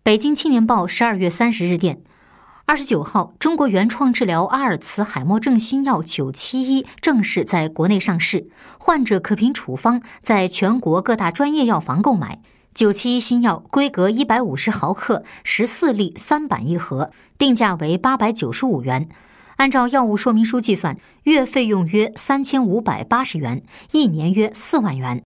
北京青年报12月30日电，29号，中国原创治疗阿尔茨海默症新药971正式在国内上市，患者可凭处方在全国各大专业药房购买。971新药规格150毫克，14粒3板一盒，定价为895元。按照药物说明书计算，月费用约3580元，1年约4万元。